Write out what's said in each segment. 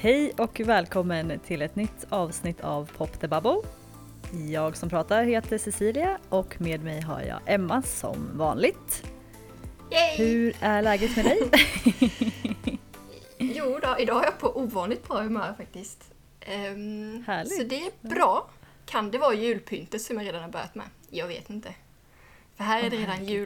Hej och välkommen till ett nytt avsnitt av Pop the Bubble. Jag som pratar heter Cecilia och med mig har jag Emma som vanligt. Yay! Hur är läget med dig? Jo då, idag är jag på ovanligt bra humör faktiskt. Härligt. Så det är bra. Kan det vara julpyntet som jag redan har börjat med? Jag vet inte. För här är det redan jul.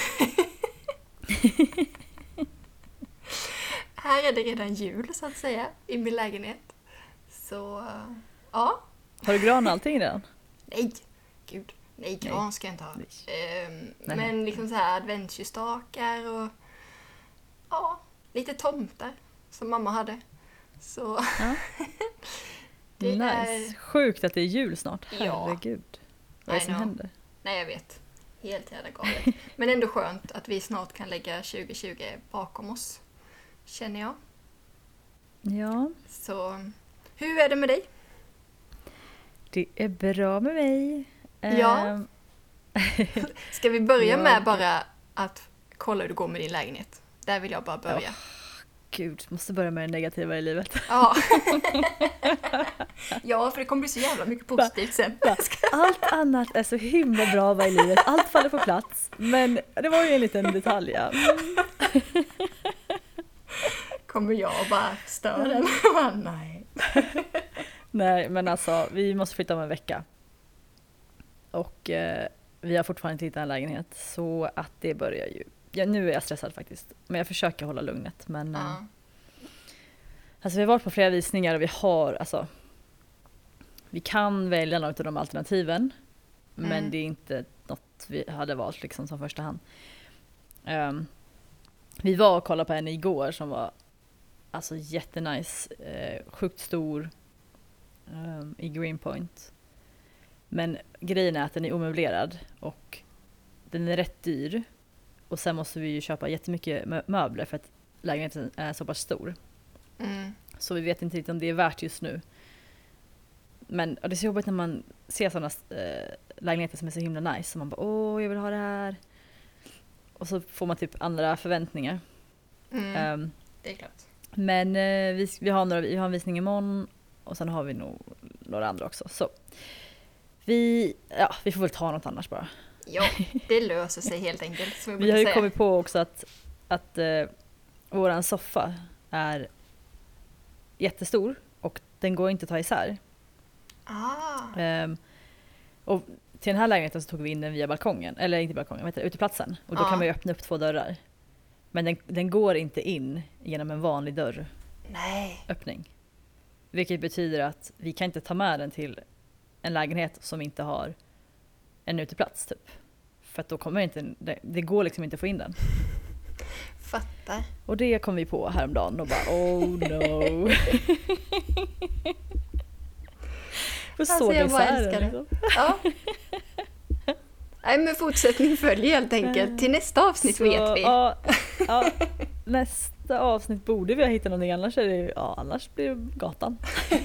Här är det redan jul så att säga i min lägenhet. Så ja. Har du gran och allting redan? Nej, gud. Nej, gran ska jag inte ha. Nej. Men liksom så här adventsljusstakar och ja, lite tomtar som mamma hade. Så Ja. det Nice. är... Sjukt att det är jul snart. Ja. Herregud. Vad är det som händer? Nej, jag vet. Helt jävla galet. Men ändå skönt att vi snart kan lägga 2020 bakom oss. Känner jag. Ja, Så hur är det med dig? det är bra med mig. Ja. Ska vi börja Ja. med bara att kolla hur det går med din lägenhet? Där vill jag bara börja. Gud, måste börja med det negativa i livet. Ja. Ja, för det kommer bli så jävla mycket positivt sen. Allt annat är så himla bra i livet. Allt faller på plats. Men det var ju en liten detalj. Ja. Kommer jag bara störa den? Nej. Nej, men alltså vi måste flytta om en vecka. Och vi har fortfarande inte hittat en lägenhet. Så att det börjar ju. Ja, nu är jag stressad faktiskt. Men jag försöker hålla lugnet. Men Ja. alltså vi har varit på flera visningar och vi har alltså. Vi kan välja något av de alternativen. Men det är inte något vi hade valt liksom som första hand. Vi var och kollade på en igår som var alltså jättenice. Sjukt stor i Greenpoint. Men grejen är att den är omöblerad och den är rätt dyr. Och sen måste vi ju köpa jättemycket möbler för att lägenheten är så pass stor. Mm. Så vi vet inte riktigt om det är värt just nu. Men det är så jobbigt när man ser sådana lägenheter som är så himla nice. Så man bara, jag vill ha det här. Och så får man typ andra förväntningar. Det är klart. Men vi har en visning imorgon. Och sen har vi nog några andra också. Så vi får väl ta något annars bara. Ja, det löser sig helt enkelt. Som jag Vi har ju säga. kommit på också att våran soffa är jättestor. Och den går inte att ta isär. Och till den här lägenheten så tog vi in den via balkongen. Eller inte balkongen, uteplatsen. Och då kan man ju öppna upp 2 dörrar. Men den går inte in genom en vanlig dörröppning. Vilket betyder att vi kan inte ta med den till en lägenhet som inte har en uteplats typ. För att då kommer det går liksom inte att få in den. Fattar. Och det kom vi på häromdagen och bara oh no. För så jag bara isär älskar den, det. liksom. Ja. Nej, men fortsättning följer helt enkelt. Till nästa avsnitt Så, vet vi. Ja, nästa avsnitt borde vi ha hittat någonting, annars blir det gatan.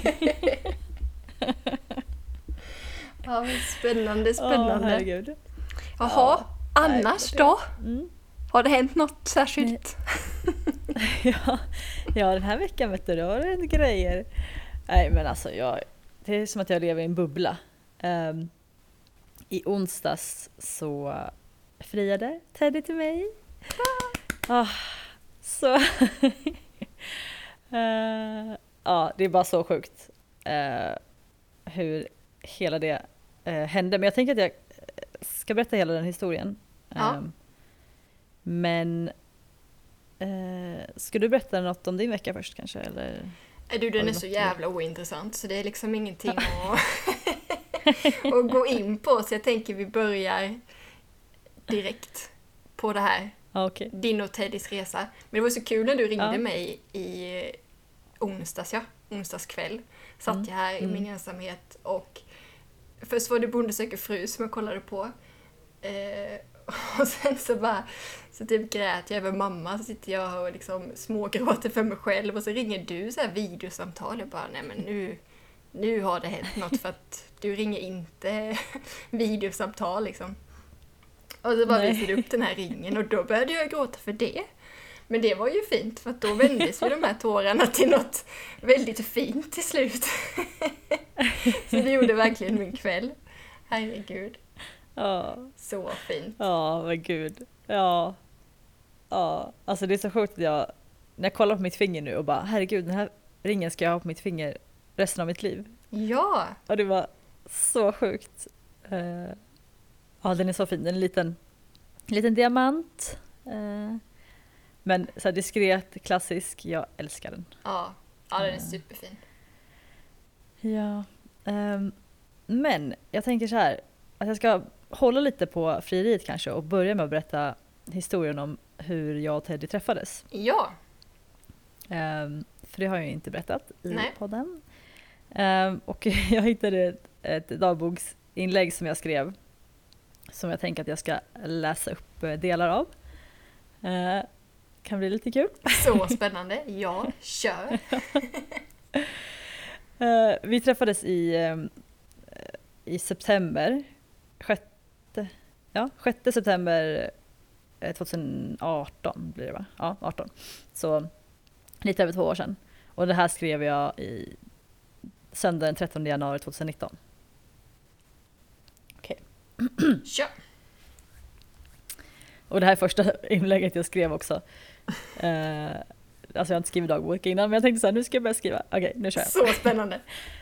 Ja, men spännande. Herregud. Jaha, annars då? Mm. Har det hänt något särskilt? Ja, den här veckan vet du, då var det grejer. Nej, men alltså det är som att jag lever i en bubbla. I onsdags så friade Teddy till mig. Så det är bara så sjukt hur hela det hände. Men jag tänker att jag ska berätta hela den historien. Ja. Men ska du berätta något om din vecka först kanske? Eller? Den är så jävla ointressant så det är liksom ingenting att gå in på. Så jag tänker vi börjar direkt på det här. Okay. Din och Teddys resa. Men det var så kul när du ringde mig i onsdagskväll. Satt jag här i min ensamhet och först var det Bonde söker fru som jag kollade på. Och sen så typ grät jag över mamma, så sitter jag och liksom smågråter för mig själv och så ringer du så här videosamtal. Jag bara, nej men nu har det hänt något för att du ringer inte videosamtal liksom. Och så bara visade upp den här ringen och då började jag gråta för det. Men det var ju fint, för att då vändes ju de här tårarna till något väldigt fint till slut. Så det gjorde verkligen min kväll. Herregud. Ja. Så fint. Ja, men gud. Ja. Ja, alltså det är så sjukt att när jag kollar på mitt finger nu och bara, herregud, den här ringen ska jag ha på mitt finger resten av mitt liv. Ja. Och det var så sjukt. Ja, den är så fin. Den är en liten diamant. Men så här diskret, klassisk. Jag älskar den. Ja, den är superfin. Ja. Men jag tänker så här, att jag ska hålla lite på frieriet kanske och börja med att berätta historien om hur jag och Teddy träffades. Ja. För det har jag inte berättat i Nej. podden. Och jag hittade ett dagboksinlägg som jag skrev, som jag tänker att jag ska läsa upp delar av. Kan bli lite kul. Så spännande. Ja, kör. Vi träffades i september. 6 september 2018 blir det, va? Ja, 18. Så lite över 2 år sedan. Och det här skrev jag i söndag den 13 januari 2019. Okej. Kör. Och det här är första inlägget jag skrev också. Alltså jag har inte skrivit dagbok innan, men jag tänkte så här, nu ska jag börja skriva. Okej, nu kör jag. Så spännande.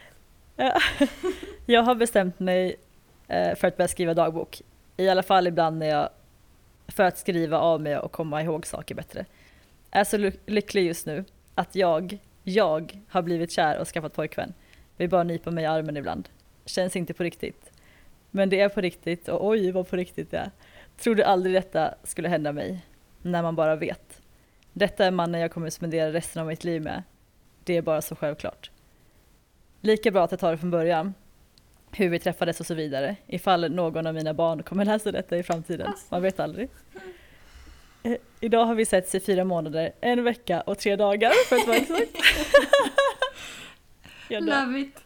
Jag har bestämt mig för att börja skriva dagbok. I alla fall ibland för att skriva av mig och komma ihåg saker bättre. Jag är så lycklig just nu att jag har blivit kär och skaffat pojkvän. Vill bara nypa mig i armen ibland. Känns inte på riktigt. Men det är på riktigt, och oj vad på riktigt det är. Trodde aldrig detta skulle hända mig. När man bara vet. Detta är mannen jag kommer att spendera resten av mitt liv med. Det är bara så självklart. Lika bra att jag tar det från början. Hur vi träffades och så vidare. Ifall någon av mina barn kommer läsa detta i framtiden. Man vet aldrig. Idag har vi setts i 4 månader, 1 vecka och 3 dagar för att vara exakt. Love it.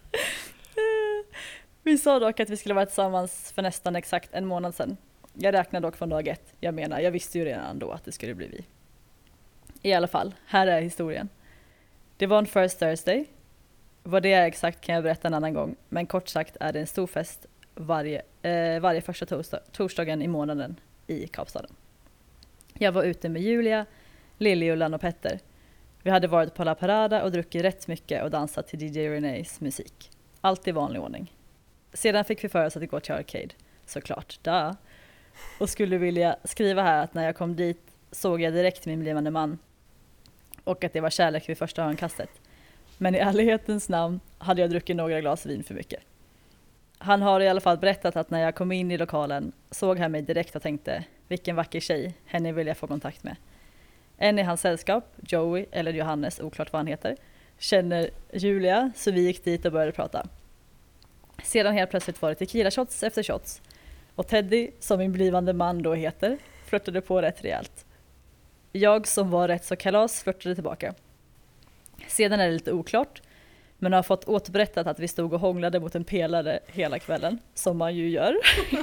Vi sa dock att vi skulle vara tillsammans för nästan exakt 1 månad sedan. Jag räknar dock från dag 1. Jag menar, jag visste ju redan då att det skulle bli vi. I alla fall, här är historien. Det var en first Thursday. Vad det är exakt kan jag berätta en annan gång. Men kort sagt är det en stor fest varje första torsdagen i månaden i Kapstaden. Jag var ute med Julia, Lilljullan och Petter. Vi hade varit på La Parada och druckit rätt mycket och dansat till DJ Renés musik. Allt i vanlig ordning. Sedan fick vi för oss att gå till Arcade. Såklart, och skulle vilja skriva här att när jag kom dit såg jag direkt min blivande man. Och att det var kärlek vid första ögonkastet. Men i ärlighetens namn hade jag druckit några glas vin för mycket. Han har i alla fall berättat att när jag kom in i lokalen såg han mig direkt och tänkte, vilken vacker tjej, henne vill jag få kontakt med. En i hans sällskap, Joey eller Johannes, oklart vad han heter, känner Julia, så vi gick dit och började prata. Sedan helt plötsligt var det tequila shots efter shots. Och Teddy, som min blivande man då heter, flörtade på rätt rejält. Jag som var rätt så kalas flörtade tillbaka. Sedan är det lite oklart, men har fått återberättat att vi stod och hånglade mot en pelare hela kvällen, som man ju gör.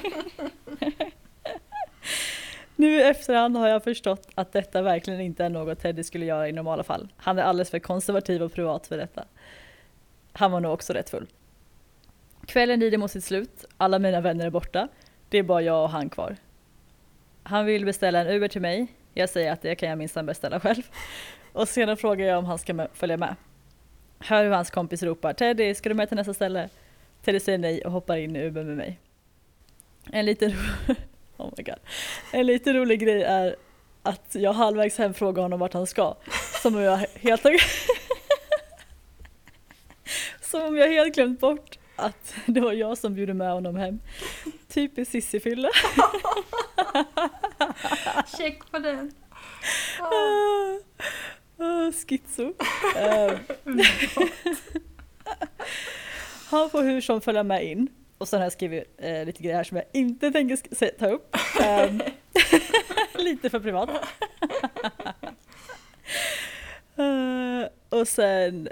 Nu i efterhand har jag förstått att detta verkligen inte är något Teddy skulle göra i normala fall. Han är alldeles för konservativ och privat för detta. Han var nog också rätt full. Kvällen lider mot sitt slut, alla mina vänner är borta. Det är bara jag och han kvar. Han vill beställa en Uber till mig. Jag säger att det kan jag minsann beställa själv. Och sedan frågar jag om han ska följa med. Hör hur hans kompis ropar, Teddy, ska du med till nästa ställe? Teddy säger nej och hoppar in i Uber med mig. En lite rolig grej är att jag halvvägs hem frågar honom vart han ska. Som om jag helt glömt bort att det var jag som bjuder med honom hem. Typiskt Sissifylla. Check på den. Schizo. Han får hur som följa med in. Och sen har jag skrivit lite grejer här som jag inte tänker ta upp. Lite för privat. Och sen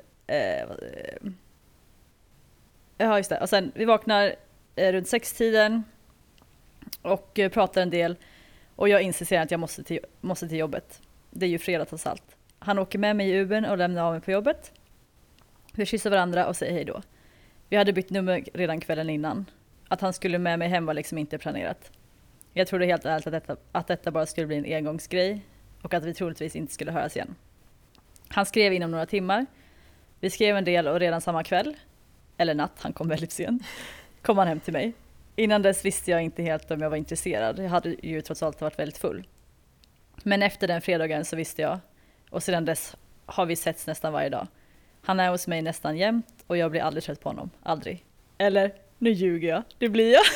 ja just det. Och sen vi vaknar runt 6-tiden och pratar en del. Och jag inser sedan att jag måste till jobbet. Det är ju fredag trots allt. Han åker med mig i Ubern och lämnar av mig på jobbet. Vi kysser varandra och säger hej då. Vi hade bytt nummer redan kvällen innan. Att han skulle med mig hem var liksom inte planerat. Jag trodde helt ärligt att detta bara skulle bli en engångsgrej och att vi troligtvis inte skulle höras igen. Han skrev inom några timmar. Vi skrev en del och redan samma kväll, eller natt, han kom väldigt sent, kom han hem till mig. Innan dess visste jag inte helt om jag var intresserad. Jag hade ju trots allt varit väldigt full. Men efter den fredagen så visste jag. Och sedan dess har vi setts nästan varje dag. Han är hos mig nästan jämt och jag blir aldrig trött på honom. Aldrig. Eller, nu ljuger jag. Det blir jag.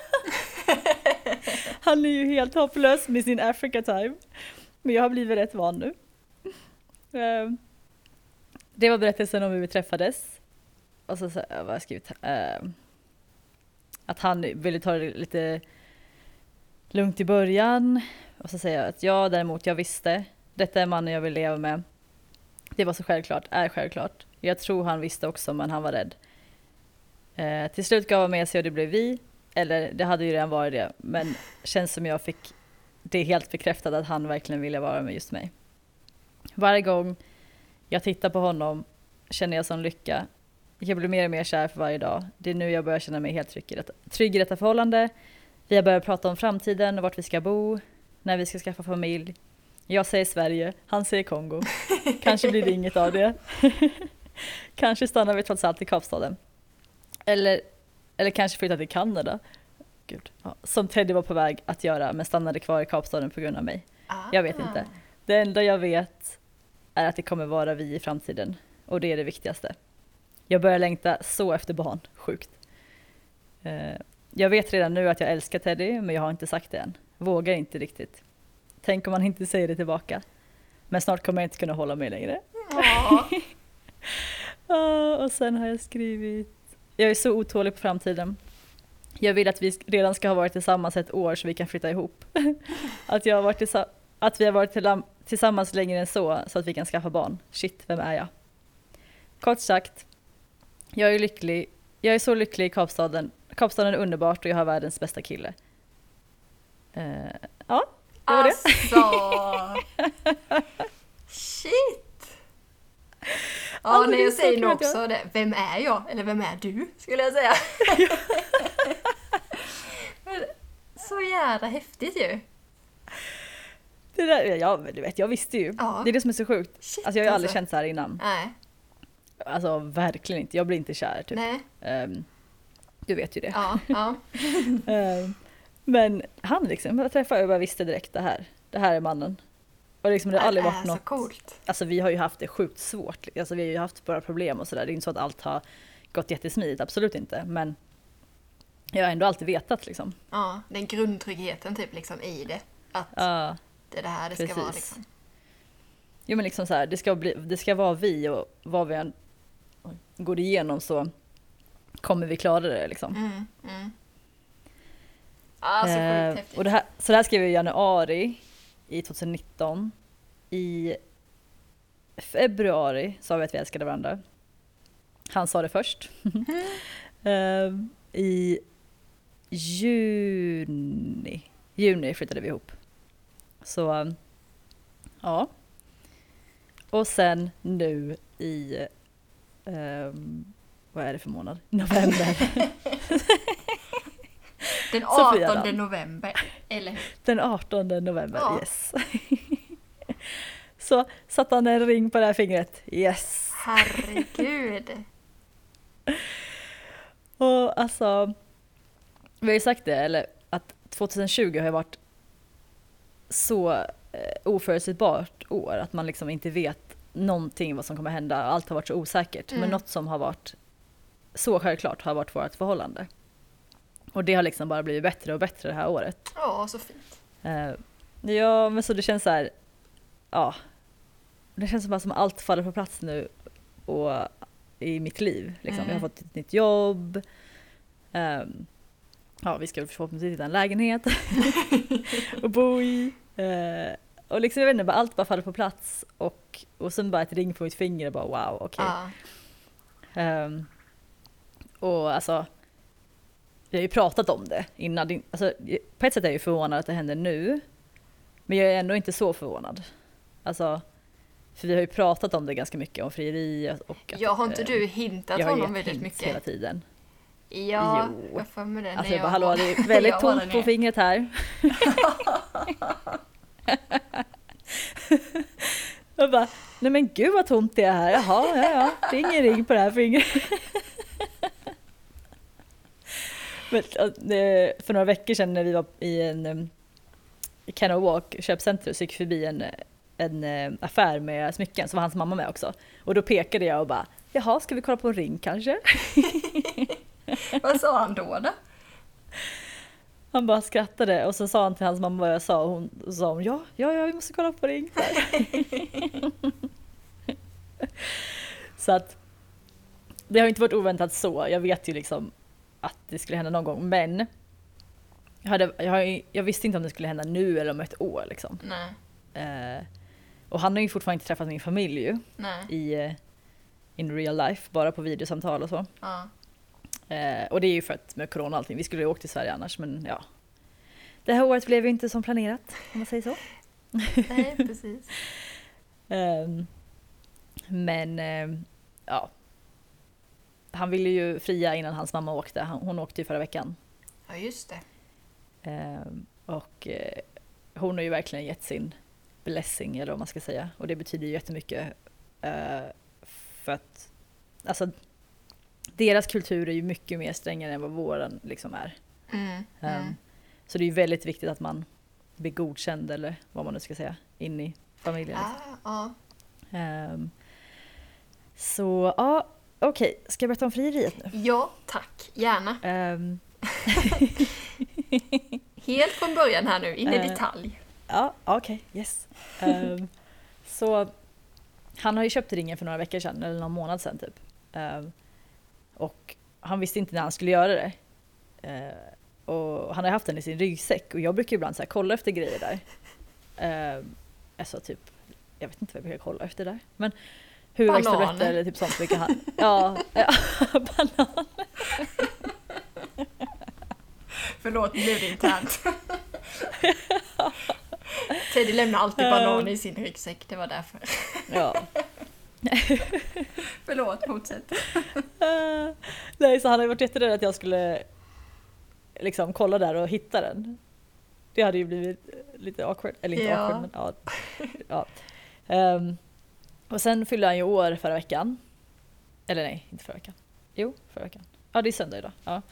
Han är ju helt hopplös med sin Africa time. Men jag har blivit rätt van nu. Det var berättelsen om hur vi träffades. Och så vad jag skrivit. Att han ville ta det lite lugnt i början. Och så säger jag att jag visste. Detta är mannen jag vill leva med. Det var så självklart, är självklart. Jag tror han visste också, men han var rädd. Till slut gav han med sig och det blev vi. Eller det hade ju redan varit det. Men känns som jag fick det helt bekräftat att han verkligen ville vara med just mig. Varje gång jag tittar på honom känner jag sån lycka. Jag blir mer och mer kär för varje dag. Det är nu jag börjar känna mig helt trygg i detta förhållande. Vi har börjat prata om framtiden och vart vi ska bo. När vi ska skaffa familj. Jag säger Sverige, han säger Kongo. Kanske blir det inget av det. Kanske stannar vi trots allt i Kapstaden. Eller kanske flyttar till Kanada. Gud. Ja, som Teddy var på väg att göra, men stannade kvar i Kapstaden på grund av mig. Jag vet inte. Det enda jag vet är att det kommer vara vi i framtiden. Och det är det viktigaste. Jag börjar längta så efter barn. Sjukt. Jag vet redan nu att jag älskar Teddy, men jag har inte sagt det än. Vågar inte riktigt. Tänk om man inte säger det tillbaka. Men snart kommer jag inte kunna hålla mig längre. Och sen har jag skrivit... Jag är så otålig på framtiden. Jag vill att vi redan ska ha varit tillsammans ett år så vi kan flytta ihop. Att vi har varit tillsammans längre än så att vi kan skaffa barn. Shit, vem är jag? Kort sagt, jag är lycklig. Jag är så lycklig i Kapstaden. Kapstaden är underbart och jag har världens bästa kille. Ja, det var det. Shit! Ja, när jag säger nog också det. Vem är jag? Eller vem är du? Skulle jag säga. Men, så jävla häftigt ju. Det där, ja, men du vet, jag visste ju. Ja. Det är det som är så sjukt. Shit, alltså, jag har ju aldrig känt så här innan. Nej. Alltså verkligen inte. Jag blir inte kär typ. Nej. Du vet ju det. Ja. Men han liksom, jag träffade och jag visste direkt det här är mannen. Och liksom det har aldrig varit något. Så coolt. Alltså vi har ju haft det sjukt svårt. Alltså vi har ju haft bara problem och sådär. Det är inte så att allt har gått jättesmidigt, absolut inte. Men jag har ändå alltid vetat liksom. Ja, den grundtryggheten typ liksom i det. Att det är det här det ska vara liksom. Jo men liksom så här, det ska vara vi och vad vi än går igenom så kommer vi klara det liksom. Så sjukt häftigt. Och det här skrev jag i januari i 2019. I februari sa vi att vi älskade varandra. Han sa det först. I juni flyttade vi ihop. Så ja. Och sen nu i vad är det för månad? November. Den 18 november, eller hur? Den 18 november, yes. Så satte han en ring på det här fingret. Yes. Herregud. Och alltså, vi har ju sagt det, eller att 2020 har ju varit så oförutsägbart år att man liksom inte vet någonting vad som kommer hända. Allt har varit så osäkert. Men något som har varit så självklart har varit vårt förhållande. Och det har liksom bara blivit bättre och bättre det här året. Ja, så fint. Ja, men så det känns så här, ja. Det känns bara som allt faller på plats nu och i mitt liv. Liksom. Jag har fått ett nytt jobb. Ja, vi ska förhoppningsvis hitta en lägenhet och bo i. Och liksom, jag vet inte, allt bara faller på plats. Och sen bara ett ring på mitt finger och bara wow, okej. Och alltså, vi har ju pratat om det innan. Alltså, på ett sätt är jag ju förvånad att det händer nu. Men jag är ändå inte så förvånad. Alltså, för vi har ju pratat om det ganska mycket, om frieri och att, har inte du hintat honom väldigt mycket? Hela tiden. Ja, jag får med det. Alltså jag bara, hallå, det är väldigt tomt på fingret här. Jag bara, nej men gud vad tomt det är här. Jaha, ja, det är ingen ring på det här fingret. Men, för några veckor sedan när vi var i en Canal Walk köpcenter så gick förbi en affär med smycken, så var hans mamma med också. Och då pekade jag och bara, jaha, ska vi kolla på en ring kanske? Vad sa han då? Han bara skrattade och så sa han till hans mamma vad jag sa och hon sa, ja, vi måste kolla på ring. Så att det har inte varit oväntat så. Jag vet ju liksom att det skulle hända någon gång, men jag visste inte om det skulle hända nu eller om ett år liksom. Nej. Och han har ju fortfarande inte träffat min familj ju. Nej. In real life, bara på videosamtal och så. Ja. Och det är ju för att med corona och allting, vi skulle ju åka till Sverige annars, men ja. Det här året blev ju inte som planerat, om man säger så. Nej, precis. Men ja. Han ville ju fria innan hans mamma åkte. Hon åkte ju förra veckan. Ja, just det. Och hon har ju verkligen gett sin blessing, eller vad man ska säga. Och det betyder ju jättemycket. För att alltså, deras kultur är ju mycket mer strängare än vad våran liksom är. Så det är ju väldigt viktigt att man blir godkänd, eller vad man nu ska säga, in i familjen. Liksom. Så ja, okej. Ska jag berätta om frieriet nu? Ja, tack. Gärna. Helt från början här nu, in i detalj. Ja, okej. Yes. Så han har ju köpt ringen för några veckor sedan, eller någon månad sedan typ. Och han visste inte när han skulle göra det. Och han har haft den i sin ryggsäck. Och jag brukar ibland så här kolla efter grejer där. Alltså typ, jag vet inte vad jag brukar kolla efter där. Men huvudvärkstabletter eller typ sånt brukar han. Ja, banan. Förlåt, nu blev det internt. Teddy lämnar alltid banan i sin ryggsäck, det var därför. Ja. Förlåt, fortsätt. Nej, så han har varit jätterädd att jag skulle liksom kolla där och hitta den. Det hade ju blivit lite awkward, eller inte awkward, men ja. Och sen fyllde han ju år förra veckan. Eller nej, inte förra veckan. Jo, förra veckan. Ja, det är söndag idag. Ja.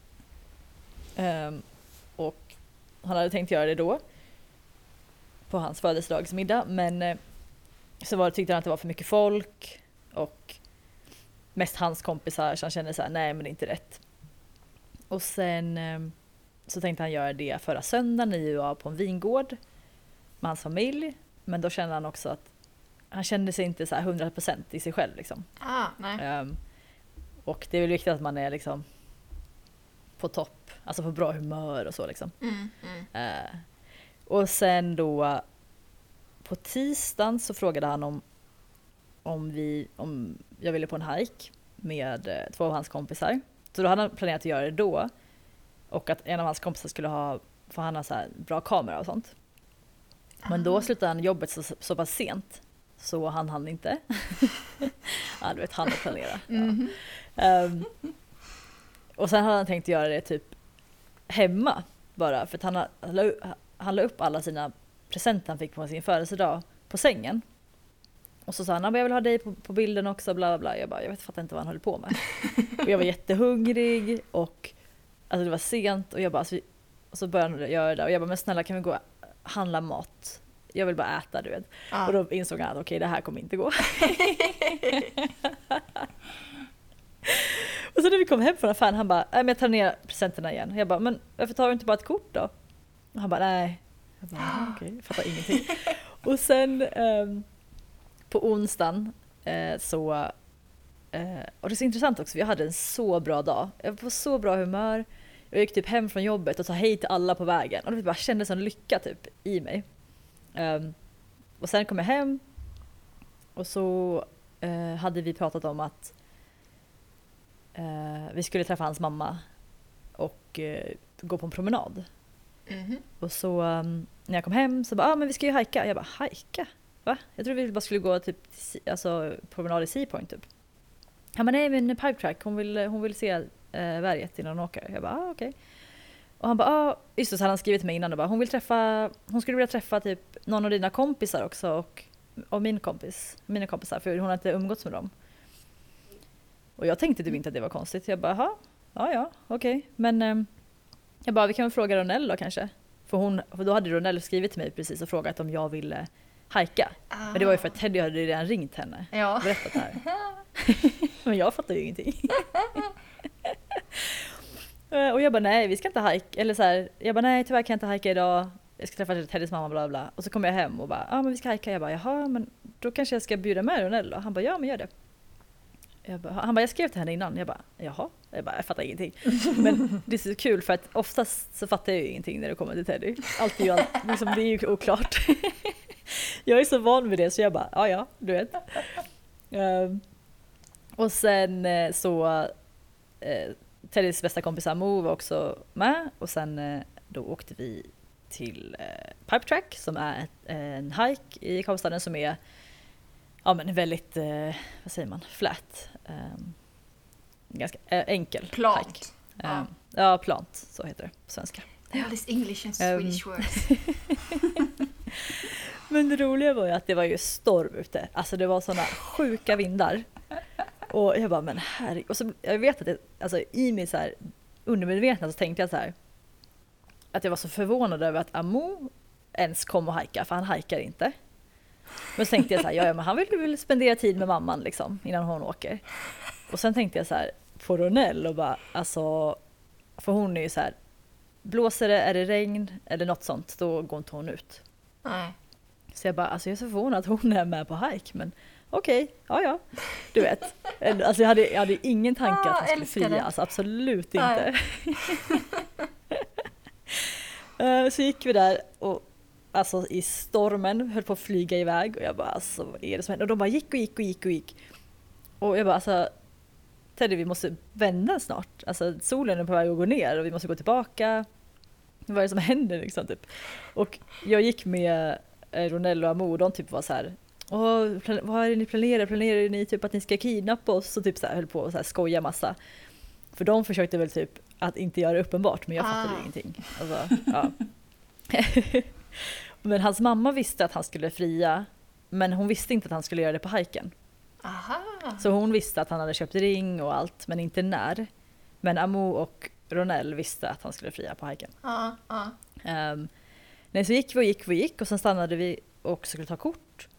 Och han hade tänkt göra det då på hans födelsedagsmiddag, men så tyckte han att det var för mycket folk och mest hans kompisar, så han kände så här, nej men det är inte rätt. Och sen så tänkte han göra det förra söndagen när vi var på en vingård med hans familj, men då kände han också att han kände sig inte så här 100% i sig själv liksom. Nej. Och det är väl viktigt att man är liksom på topp, alltså på bra humör och så liksom. Och sen då på tisdagen så frågade han om jag ville på en hike med 2 av hans kompisar. Så då hade han planerat att göra det då. Och att en av hans kompisar skulle för han har så här bra kamera och sånt. Men då slutade han jobbet så pass sent. Så han hann inte. Ja, du vet, han att planera. Ja. Och sen hade han tänkt göra det typ hemma bara. För att han la upp alla sina presenter han fick på sin födelsedag på sängen. Och så sa han, jag vill ha dig på bilden också, bla bla bla. Jag fattar inte vad han höll på med. Och jag var jättehungrig och alltså det var sent och jag bara, och så började han göra det. Och jag bara, men snälla kan vi gå och handla mat? Jag vill bara äta, du vet. Och då insåg han att okej, det här kommer inte gå. Och så när vi kom hem från affären, han bara, men jag tar ner presenterna igen. Jag bara, men varför tar du inte bara ett kort då? Och han bara, nej. Jag bara, okej, jag fattar ingenting. Och sen på onsdagen och det är så intressant också, vi hade en så bra dag. Jag var på så bra humör. Jag gick typ hem från jobbet och sa hej till alla på vägen. Och det bara kändes som lycka typ i mig. Och sen kom jag hem och så hade vi pratat om att vi skulle träffa hans mamma och gå på en promenad. Och så när jag kom hem så bara, men vi ska ju hajka. Jag bara, hajka? va? Jag tror vi bara skulle gå typ alltså promenad i Sea Point typ. Han bara, nej men Pipe Track, hon vill se berget innan hon åker. Jag bara, okej. Och han bara, just det, så hade han skrivit till mig innan och bara, hon skulle vilja träffa typ någon av dina kompisar också och mina kompisar, för hon har inte umgåtts med dem. Och jag tänkte typ inte att det var konstigt. Jag bara, ja, okej. Men jag bara, vi kan väl fråga Ronell då kanske. För då hade Ronell skrivit till mig precis och frågat om jag ville hajka. Men det var ju för att Teddy hade redan ringt henne och berättat det här. Men jag fattar ju ingenting. Och jag bara, nej vi ska inte hajka. Eller så här, jag bara, nej tyvärr kan jag inte hajka idag. Jag ska träffa Teddys mamma bla bla. Och så kommer jag hem och bara, men vi ska hajka. Jag bara, jaha men då kanske jag ska bjuda med Ronell då. Han bara, ja men gör det. Han bara, jag skrev till henne innan. Jag bara, jaha. Jag fattar ingenting. Men det är så kul för att oftast så fattar jag ju ingenting när det kommer till Teddy. Allt är ju liksom, det är ju oklart. Jag är så van vid det så jag bara, ja, du vet. Och sen så Teddys bästa kompis Amo var också med. Och sen då åkte vi till Pipe Track som är en hike i Kapstaden som är men väldigt, vad säger man, flat. Ganska enkel. Plant. Ja, plant, så heter det på svenska. All this English and Swedish words. Men det roliga var ju att det var ju storm ute. Alltså det var såna sjuka vindar. Och jag bara, men herregud. Och så, jag vet att det, alltså, i mig så här, undermedvetna så tänkte jag så här, att jag var så förvånad över att Amo ens kom och hajka, för han hajkar inte. Men så tänkte jag så här, men han vill väl spendera tid med mamman liksom, innan hon åker. Och sen tänkte jag så här, på Ronell och bara, alltså, för hon är ju så här, blåser det, är det regn eller något sånt, då går inte hon ut. Nej. Så jag bara, alltså jag är så förvånad att hon är med på hike, men okej, ja, du vet. Alltså jag hade ingen tanke att han skulle fria, alltså absolut inte. Så gick vi där och alltså i stormen höll på att flyga iväg och jag bara, alltså vad är det som händer? Och de bara gick. Och jag bara, alltså Teddy, vi måste vända snart. Alltså solen är på väg att gå ner och vi måste gå tillbaka. Vad är det som händer liksom typ? Och jag gick med Ronell och Amo och de typ var så här, vad är det ni planerar? Planerar ni typ att ni ska kidnappa oss? Och typ så här, höll på och så här skoja massa. För de försökte väl typ att inte göra det uppenbart, men jag fattade ingenting. Alltså, ja. Men hans mamma visste att han skulle fria, men hon visste inte att han skulle göra det på hajken. Aha. Så hon visste att han hade köpt ring och allt, men inte när. Men Amo och Ronell visste att han skulle fria på hajken. Nej, så gick vi och sen stannade vi och skulle ta kort.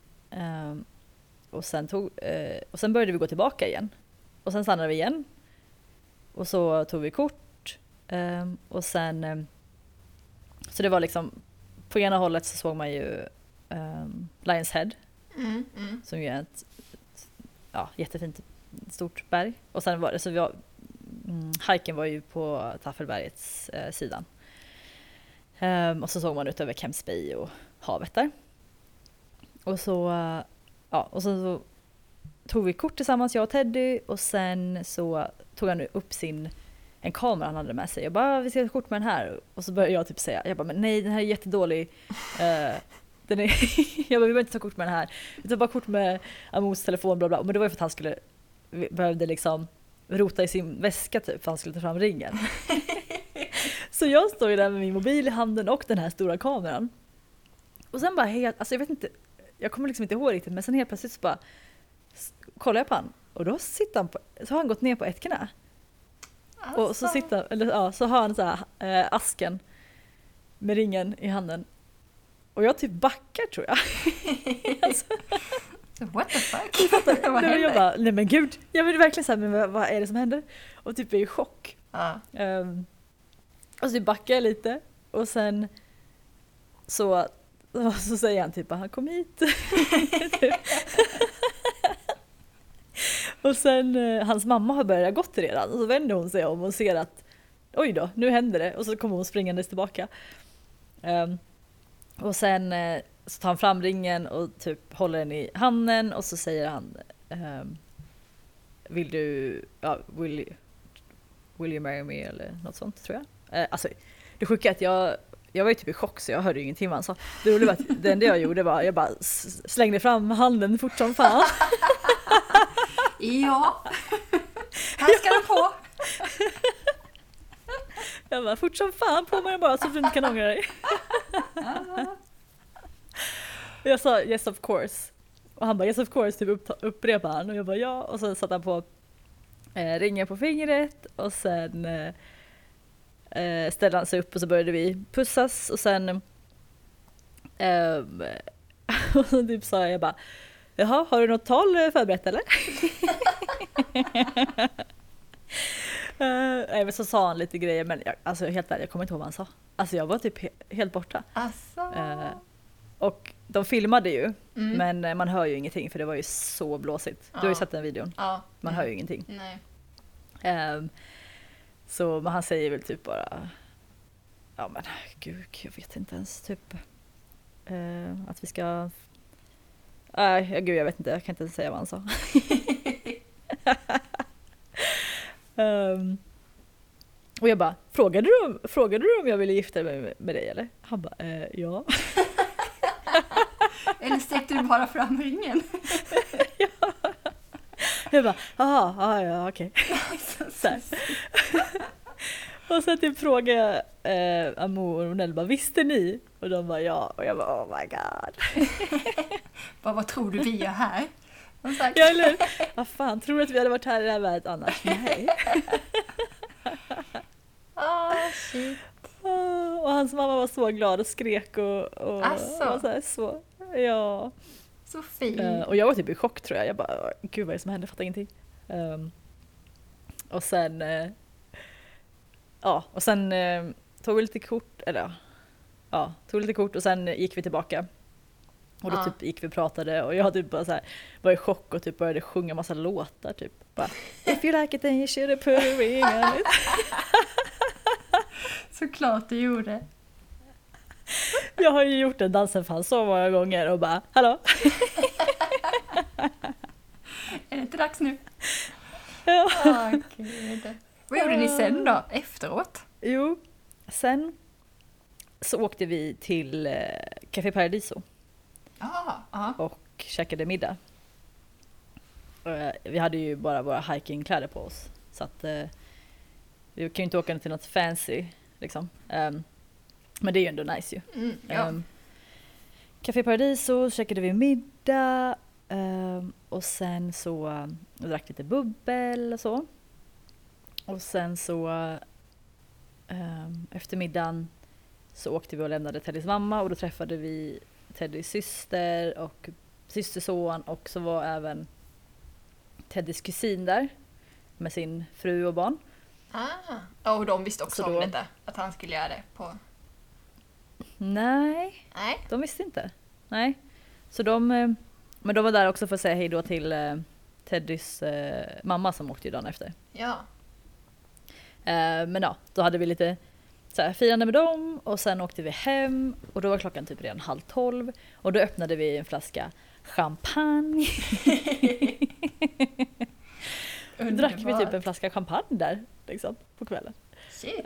Och sen började vi gå tillbaka igen. Och sen stannade vi igen. Och så tog vi kort. Och sen så det var liksom på ena hållet så såg man ju Lions Head. Som ju är ett jättefint stort berg. Och sen var det så hiken var ju på Tafelbergets sidan. Och så såg man ut över Kemps Bay och havet där. Och så så tog vi kort tillsammans, jag och Teddy, och sen så tog han upp en kamera han hade med sig. Jag bara, vi ska ta kort med den här. Och så började jag typ säga, jag bara, men nej, den här är jättedålig. Jag bara, vi behöver inte ta kort med den här. Vi tar bara kort med Amos telefon, bla bla. Men det var ju för att han behövde liksom rota i sin väska typ, för han skulle ta fram ringen. Så jag står ju där med min mobil i handen och den här stora kameran. Och sen bara alltså jag vet inte, jag kommer liksom inte ihåg riktigt, men sen helt plötsligt så bara kollar jag på han och då sitter han så har han gått ner på ett knä. Alltså. Och så så har han så här asken med ringen i handen. Och jag typ backar tror jag. Alltså. What the fuck? Jag bara, nej men gud, jag vill verkligen säga, men vad är det som händer? Och typ är i chock. Och så backar jag lite och sen så säger han typ, han kom hit. Och sen hans mamma har börjat gått redan och så vänder hon sig om och ser att oj då, nu händer det, och så kommer hon springandes tillbaka. Och sen så tar han fram ringen och typ håller den i handen och så säger han will you marry me eller något sånt tror jag. Alltså det sjuka är att jag var ju typ i chock så jag hörde ju ingenting vad han sa. Det roliga var att det enda jag gjorde var jag bara slängde fram handen fort som fan. Ja, här ska den på. Jag bara fort som fan på mig bara så du inte kan ångra dig. Jag sa yes of course. Och han bara yes of course typ upprepade han. Och jag bara ja. Och så satte han på ringen på fingret. Och sen ställde han sig upp och så började vi pussas. Och sen och så typ sa jag bara jaha, har du något tal förberett eller? Nej, men så sa han lite grejer men alltså helt ärligt, jag kommer inte ihåg vad han sa. Alltså jag var typ helt borta. Alltså. Och de filmade ju men man hör ju ingenting för det var ju så blåsigt. Du har ju sett den videon. Man hör ju ingenting. Nej. Så men han säger väl typ bara ja men gud, jag vet inte ens typ att vi ska gud jag vet inte, jag kan inte säga vad han sa. Och jag bara, frågade du om jag ville gifta mig med dig eller? Han bara, ja. Eller sträckte du bara fram ringen? Ja. Jag bara, ja okej. Och så typ frågade jag Amor och Nell bara, visste ni? Och de bara, ja. Och jag bara, oh my god. Vad tror du vi gör här? Ja, eller vad fan, tror du att vi hade varit här i det här världen annars? Nej. Shit. Och hans mamma var så glad och skrek och alltså. var så ja. Så fint. Och jag var typ i chock tror jag. Jag bara, gud vad är det som hände? Jag fattar ingenting. Och sen tog vi lite kort tog lite kort och sen gick vi tillbaka. Och då typ gick vi och pratade och jag typ bara så här var i chock och typ började sjunga massa låtar typ bara if you like it then you should have put a ring on it. Såklart du gjorde. Jag har ju gjort den dansen fan så många gånger och bara hallå. Är det inte dags nu? Ja. Gud. Vad gjorde ni sen då efteråt? Jo, sen så åkte vi till Café Paradiso. Och käkade middag. Vi hade ju bara våra hikingkläder på oss. Så att vi kan ju inte åka till något fancy liksom. Men det är ju ändå nice ju. Café Paradiso käkade vi middag. Och sen så drack lite bubbel och så. Och sen så efter middagen så åkte vi och lämnade Teddys mamma och då träffade vi Teddys syster och systerson och så var även Teddys kusin där med sin fru och barn. Och de visste också om detta, att han skulle göra det på... Nej, de visste inte. Nej. Så men de var där också för att säga hej då till Teddys mamma som åkte ju dagen efter. Ja. Men ja, då hade vi lite så här, firande med dem och sen åkte vi hem och då var klockan typ redan 11:30 och då öppnade vi en flaska champagne. Drack vi typ en flaska champagne där liksom, på kvällen. Shit.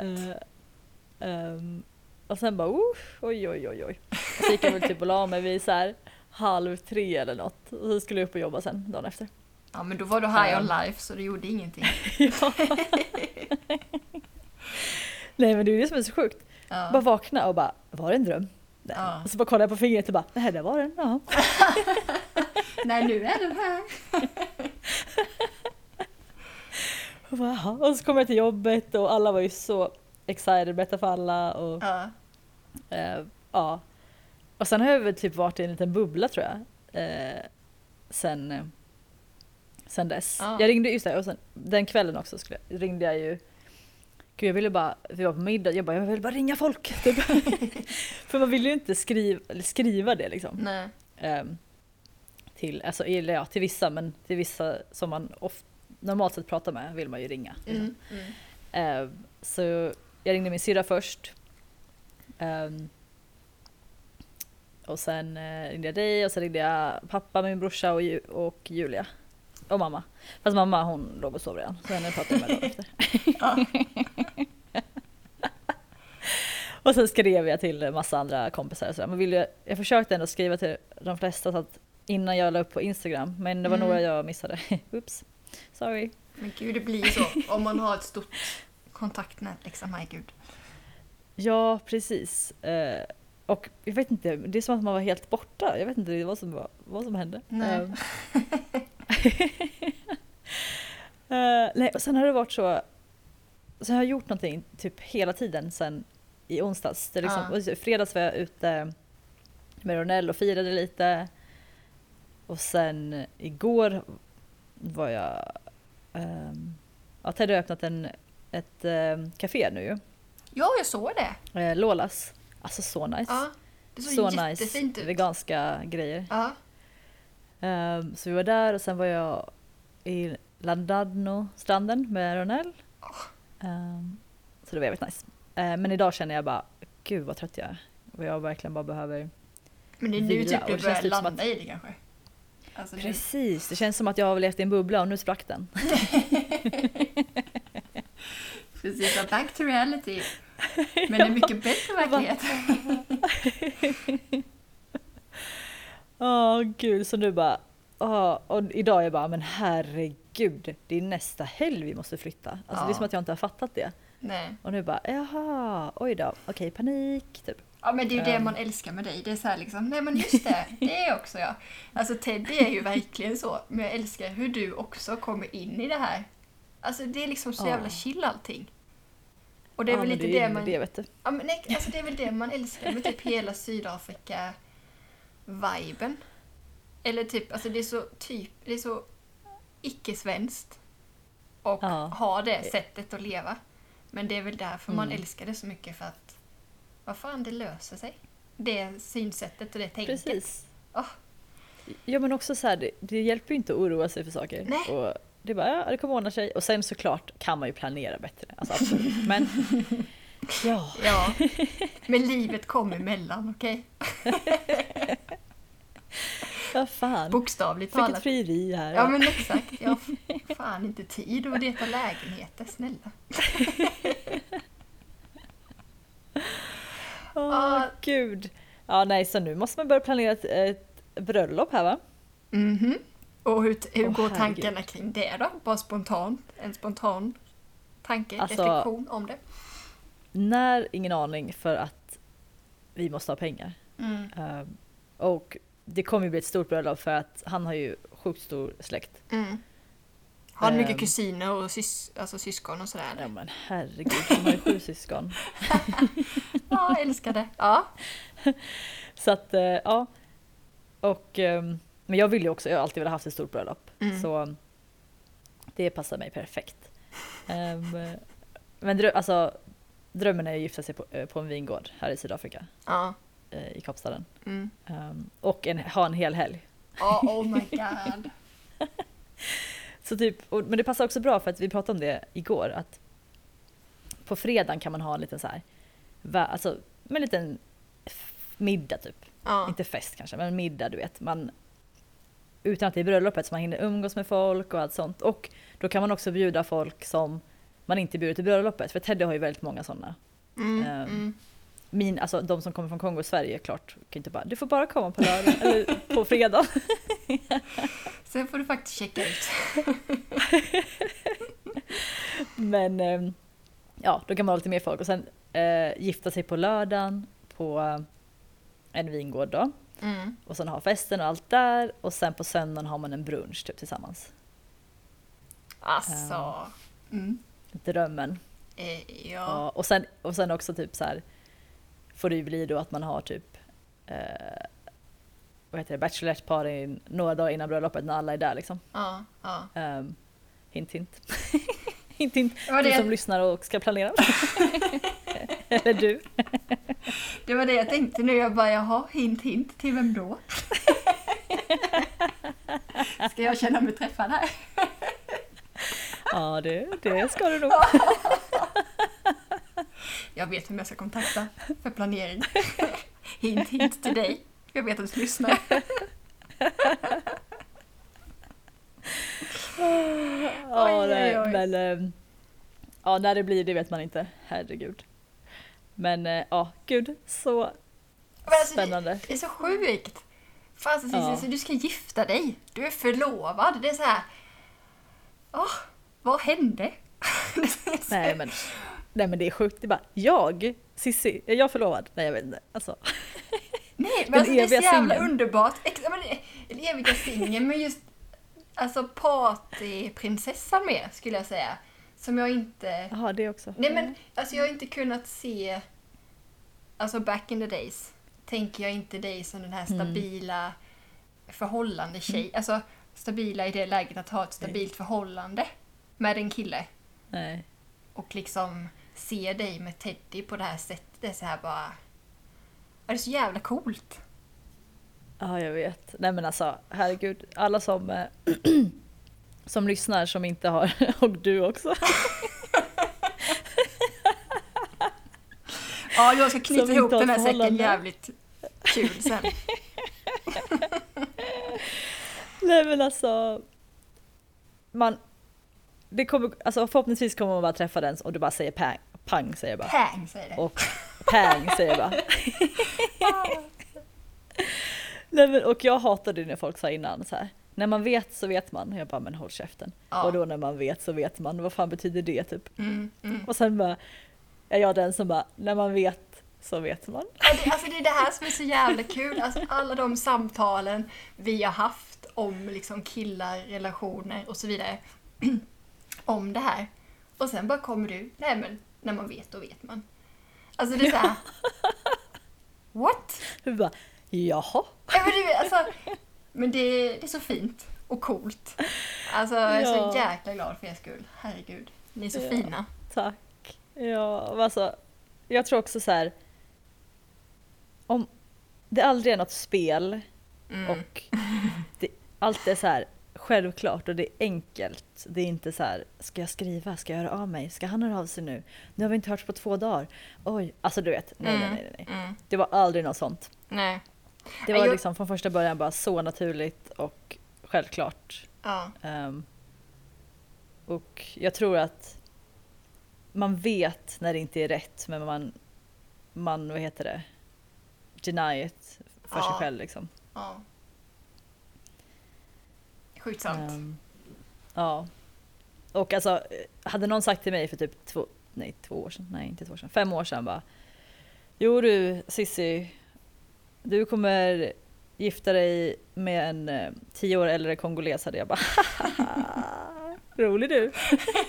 Och sen bara oj. Och så gick jag väl typ och la mig vid så här 2:30 eller något och så skulle jag upp och jobba sen dagen efter. Ja, men då var du high on life så du gjorde ingenting. Ja. Nej, men det är det som är så sjukt. Ja. Bara vakna och bara, var det en dröm? Nej. Ja. Och så bara kollade jag på fingret och bara, nej det var den, ja. Nej, nu är den här. Och så kom jag till jobbet och alla var ju så excited, berätta för alla. Och, och sen har jag väl typ varit i en liten bubbla tror jag. Sen dess. Ja. Jag ringde just det och sen, den kvällen också ringde jag ju. Gud, jag ville bara, vi var på middag, jag ville bara ringa folk. Typ. För man vill ju inte skriva det liksom. Nej. Till vissa, men till vissa som man normalt sett pratar med vill man ju ringa. Liksom. Så jag ringde min syrra först. Och sen ringde jag dig och sen ringde jag pappa, min brorsa och Julia. Och mamma. Fast mamma hon låg och sov redan. Så henne pratade jag med dagen efter. Och sen skrev jag till massa andra kompisar. Så jag försökte ändå skriva till de flesta så att innan jag la upp på Instagram. Men det var några jag missade. Oops. Sorry. Men gud, det blir så. Om man har ett stort kontaktnät liksom. Herregud. Ja, precis. Och jag vet inte, det är som att man var helt borta. Jag vet inte vad som hände. Nej. Nej, och sen har det varit så har jag gjort någonting typ hela tiden sen i onsdags. Det liksom, fredags var jag ute med Ronell och firade lite. Och sen igår var jag Ted har öppnat ett café nu ju. Ja, jag såg det. Lolas. Alltså så nice. Ja, det såg jättefint nice ut. Veganska grejer. Ja. Så vi var där och sen var jag i Landadno-stranden med Ronell. Så det var väldigt nice. Men idag känner jag bara, gud vad trött jag är. Och jag verkligen bara behöver Men det är nu typ du börjar landa i det kanske. Alltså precis, det känns som att jag har levt i en bubbla och nu sprack den. Precis, back to reality. Men det är mycket bättre verklighet. Gud, så nu bara och idag är jag bara, men herregud, det är nästa helg vi måste flytta. Alltså det är som att jag inte har fattat det. Nej. Och nu bara, jaha, oj då, okej, panik, typ. Ja, men det är ju det man älskar med dig. Det är så här liksom, nej men just det är också jag. Alltså Ted, det är ju verkligen så. Men jag älskar hur du också kommer in i det här. Alltså det är liksom så jävla chill allting. Och det är väl lite det man... Det, vet du. Ja, men nej, alltså det är väl det man älskar med typ hela Sydafrika-viben. Eller typ, alltså det är så icke-svenskt. Och ha det sättet att leva. Men det är väl därför man älskar det så mycket, för att vad fan, det löser sig. Det synsättet och det tänket. Precis. Ja, men också så här, det hjälper ju inte att oroa sig för saker. Nej. Och det är bara, det kommer ordna sig. Och sen såklart kan man ju planera bättre. Alltså absolut. Men ja. Men livet kommer emellan, okej? Vad fan. Bokstavligt talat. Vilket frieri här. Ja, men exakt. Jag har fan inte tid att leta lägenheter, snälla. Gud. Ja, nej, så nu måste man börja planera ett bröllop här, va? Mhm. Och hur går tankarna kring det då? Bara spontant? En spontan tanke, alltså, reflektion om det? När, ingen aning, för att vi måste ha pengar. Och det kommer ju bli ett stort bröllop för att han har ju sjukt stor släkt. Har han mycket kusiner och syskon och sådär? Ja, men herregud, han har ju 7 syskon. Ja, jag älskar det. Ja. Så att, ja. Och, men jag vill ju också, jag har alltid velat ha ett stort bröllop. Så det passar mig perfekt. Men drömmen är att gifta sig på en vingård här i Sydafrika. Ja. I Kapstaden. Och ha en hel helg. Oh my god. Så typ, men det passar också bra för att vi pratade om det igår, att på fredagen kan man ha en liten så här, alltså en liten middag typ. Inte fest kanske, men middag, du vet. Man, utan att det är bröllopet, så man hinner umgås med folk och allt sånt. Och då kan man också bjuda folk som man inte bjuder till bröllopet. För Teddy har ju väldigt många sådana. Alltså de som kommer från Kongo och Sverige, klart, kan inte bara, du får bara komma på lördag eller på fredag. Sen får du faktiskt checka ut. Men ja, då kan man ha lite mer folk och sen gifta sig på lördagen på en vingård då. Och sen ha festen och allt där, och sen på söndagen har man en brunch typ tillsammans. Alltså. Drömmen. Ja. Och sen också typ så här, får det ju bli då att man har typ vad heter det, bachelorette party några dagar innan bröllopet när alla är där liksom. Hint hint. Hint hint. Du som lyssnar och ska planera. Eller du. Det var det jag tänkte nu. Jag bara, jaha, hint hint. Till vem då? Ska jag känna mig träffad här? Ja, det ska du nog. Jag vet vem jag ska kontakta för planering. Hint hint till dig. Jag vet att du lyssnar. Men när det blir, det vet man inte. Herregud. Men ja, gud, så alltså, spännande. Det är så sjukt. Fan, så du ska gifta dig. Du är förlovad. Det är så här. Vad hände? Nej men det är sjukt. Det är bara, Sissi, är jag förlovad? Nej, jag vet inte. Alltså. Nej, men alltså, det är så jävla underbart. Den eviga singeln, men just alltså partyprinsessan med, skulle jag säga. Som jag inte... Jaha, det också. Nej, men alltså jag har inte kunnat se... Alltså back in the days tänker jag inte dig som den här stabila förhållande tjej. Alltså stabila i det läget att ha ett stabilt förhållande med en kille. Nej. Och liksom se dig med Teddy på det här sättet. Det är så här bara... Det är så jävla coolt. Ja, jag vet. Nej men alltså, herregud. Alla som som lyssnar som inte har, och du också. Ja, jag ska knyta ihop den här säcken jävligt kul sen. Nej men alltså, det kommer, alltså förhoppningsvis kommer man bara träffa den och du bara säger pang, pang säger jag bara. Pang säger det. Och pang säger jag bara. Nej, men, och jag hatade det när folk sa innan så här. När man vet så vet man. Jag bara, men håll käften. Ja. Och då när man vet så vet man. Vad fan betyder det typ? Och sen bara, är jag den som bara, när man vet så vet man. Alltså det är det här som är så jävla kul. Alltså alla de samtalen vi har haft om liksom killar, relationer och så vidare. Om det här. Och sen bara kommer du, nej men när man vet då vet man. Alltså det är så här. What? Du bara, jaha. Men det är så fint och coolt. Alltså jag är så jäkla glad för er skull. Herregud, ni är så fina. Tack. Ja, alltså jag tror också så här, om det aldrig är något spel och allt är så här självklart och det är enkelt. Det är inte så här, ska jag skriva? Ska jag höra av mig? Ska han höra av sig nu? Nu har vi inte hörts på 2 dagar. Oj, alltså du vet. Nej. Det var aldrig något sånt. Nej. Det var liksom från första början bara så naturligt och självklart. Ja. Och jag tror att man vet när det inte är rätt, men man vad heter det? Deny it för sig själv liksom. Ja. Sjukt sant. Ja. Och alltså, hade någon sagt till mig för typ 2 år sedan, nej inte 2 år sedan, 5 år sedan bara, jo du Sissi, du kommer gifta dig med en 10 år äldre kongoles, hade jag bara, rolig du.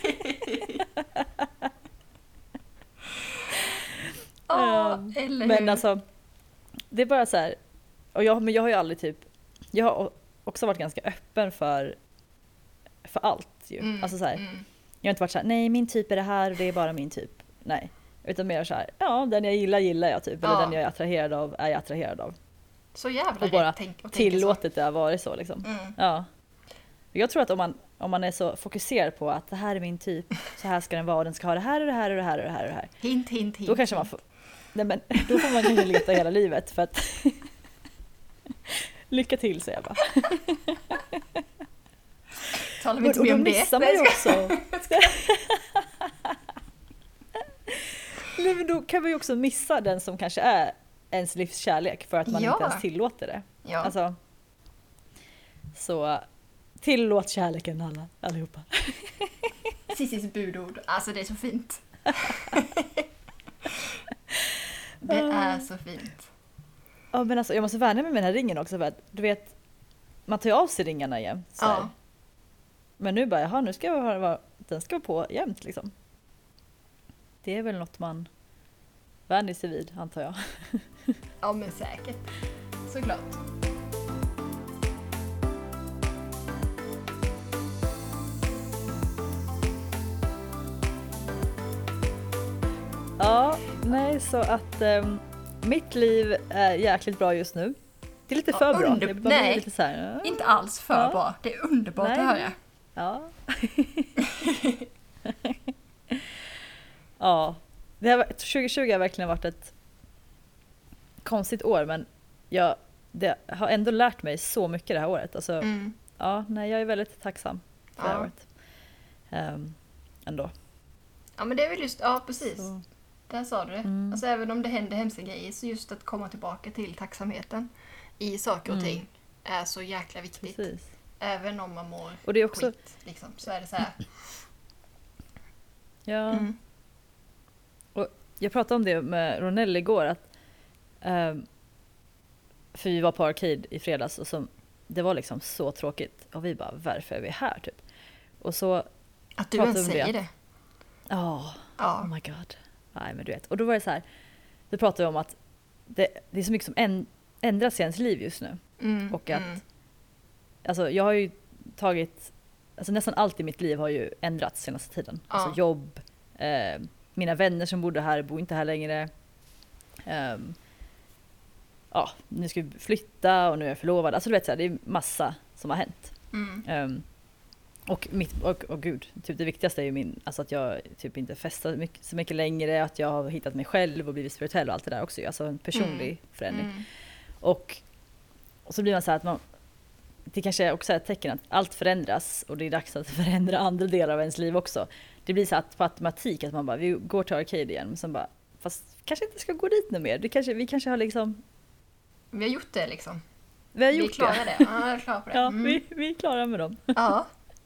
Eller men hur? alltså, det är bara så här, men jag har ju aldrig typ, jag har också varit ganska öppen för allt ju. Alltså så här, jag har inte varit så här, nej min typ är det här och det är bara min typ. Nej, utan mer så här, ja den jag gillar jag typ, eller den jag är attraherad av är jag attraherad av. Så jävla och bara tillåtet så. Det har varit så liksom. Ja. Jag tror att om man är så fokuserad på att det här är min typ, så här ska den vara, den ska ha det här och det här och det här och det här och det här. Hint. Då kanske man får, nej men då får man kanske leta hela livet för att lycka till, säger jag bara. Talar vi inte mer om det? Missar man ju också. Nej, men då kan man ju också missa den som kanske är ens livskärlek för att man inte ens tillåter det. Ja. Alltså, så tillåt kärleken allihopa. Sissis budord. Alltså det är så fint. Det är så fint. Ja, men alltså jag måste värna mig med den här ringen också, för att du vet, man tar ju av sig ringarna igen. Så men nu bara, jaha, nu ska den ska på jämt liksom. Det är väl något man vänjer sig vid, antar jag. Ja, men säkert. Såklart. Ja, nej, så att mitt liv är jäkligt bra just nu. Det är lite för bra. Nej, lite så här, inte alls för bra. Det är underbart att höra. Ja. Ja. 2020 har verkligen varit ett konstigt år, men det har ändå lärt mig så mycket det här året. Alltså, jag är väldigt tacksam för det här året. Ändå. Ja, men det är väl just, precis. Så. Där sa du det. Alltså även om det händer hemska grejer, så just att komma tillbaka till tacksamheten i saker och ting är så jäkla viktigt. Precis. Även om man mår och det är också... skit, liksom, så är det så här. Ja. Och jag pratade om det med Ronell igår, att för vi var på Arcade i fredags och det var liksom så tråkigt. Och vi bara, varför är vi här typ? Och så att du ens säger det. Oh my god. Nej, men du vet. Och då var det så här, då pratade vi om att det är så mycket som ändras i ens liv just nu. Och att alltså jag har ju tagit, alltså nästan allt i mitt liv har ju ändrats senaste tiden. Alltså jobb, mina vänner som bodde här bor inte här längre. Nu ska vi flytta och nu är jag förlovad. Alltså du vet så här, det är massa som har hänt. Och gud, typ det viktigaste är ju alltså att jag typ inte festar så mycket längre, att jag har hittat mig själv och blivit spirituell och allt det där också, alltså en personlig förändring. Och så blir man så här att det kanske också är ett tecken att allt förändras och det är dags att förändra andra delar av ens liv också. Det blir så att på automatik att man bara, vi går till Arcade igen, men sen bara, fast kanske inte ska gå dit nu mer. Vi kanske har liksom... Vi har gjort det liksom. Vi är klara det. Ja, jag är klar på det. Ja, vi är klara med dem. Ja.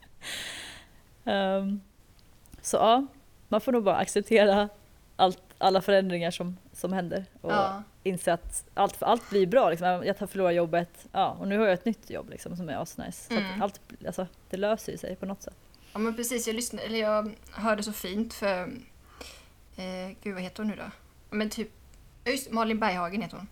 Så ja, man får nog bara acceptera alla förändringar som händer och inse att allt blir bra liksom. Jag tar förlora jobbet, och nu har jag ett nytt jobb liksom, som är asnice. Så att allt, alltså, det löser sig på något sätt. Ja, men precis, jag hörde så fint för gud, vad heter hon nu då? Men typ just Malin Berghagen heter hon.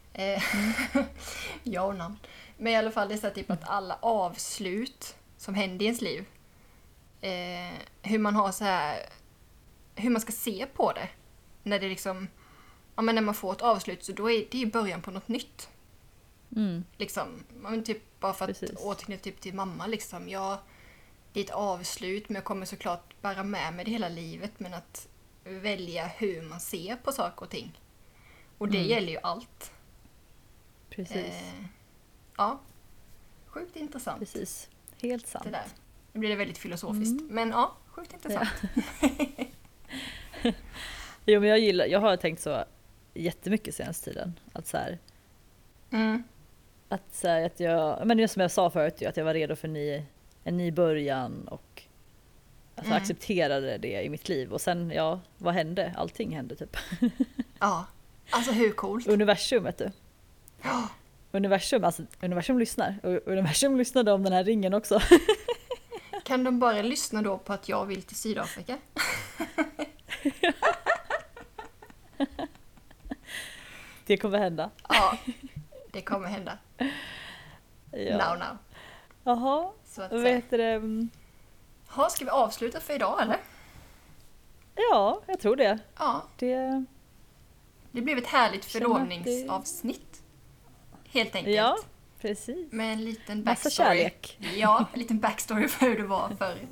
Ja, namn. Men i alla fall det är så typ att alla avslut som händer i ens liv, hur man har så här, hur man ska se på det när det liksom, men när man får ett avslut, så då är det ju början på något nytt. Liksom, men typ bara för att återknyta typ till mamma liksom, det är ett avslut, men jag kommer såklart bära med mig det hela livet, men att välja hur man ser på saker och ting. Och det gäller ju allt. Precis. Sjukt intressant. Precis, helt sant. Det där. Nu blir det väldigt filosofiskt, men sjukt intressant. Ja. Jo, men jag har tänkt så jättemycket senaste tiden. Att så här, att jag, men det som jag sa förut, att jag var redo för en ny början och alltså accepterade det i mitt liv. Och sen, vad hände? Allting hände typ. Ja, alltså hur coolt? Universum, vet du. Ja. Universum lyssnar. Och universum lyssnade om den här ringen också. Kan de bara lyssna då på att jag vill till Sydafrika? Det kommer hända. Ja, det kommer hända. Ja. Now. Jaha, vad heter det? Ska vi avsluta för idag, eller? Ja, jag tror det. Ja. Det blev ett härligt förlovningsavsnitt. Helt enkelt. Ja, precis. Med en liten backstory. Massa kärlek. Ja, en liten backstory för hur det var förr.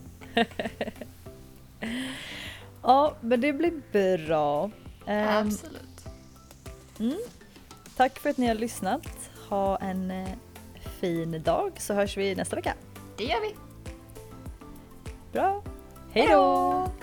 Ja, men det blir bra. Absolut. Tack för att ni har lyssnat. Ha en fin dag, så hörs vi nästa vecka. Det gör vi. Bra. Hej då!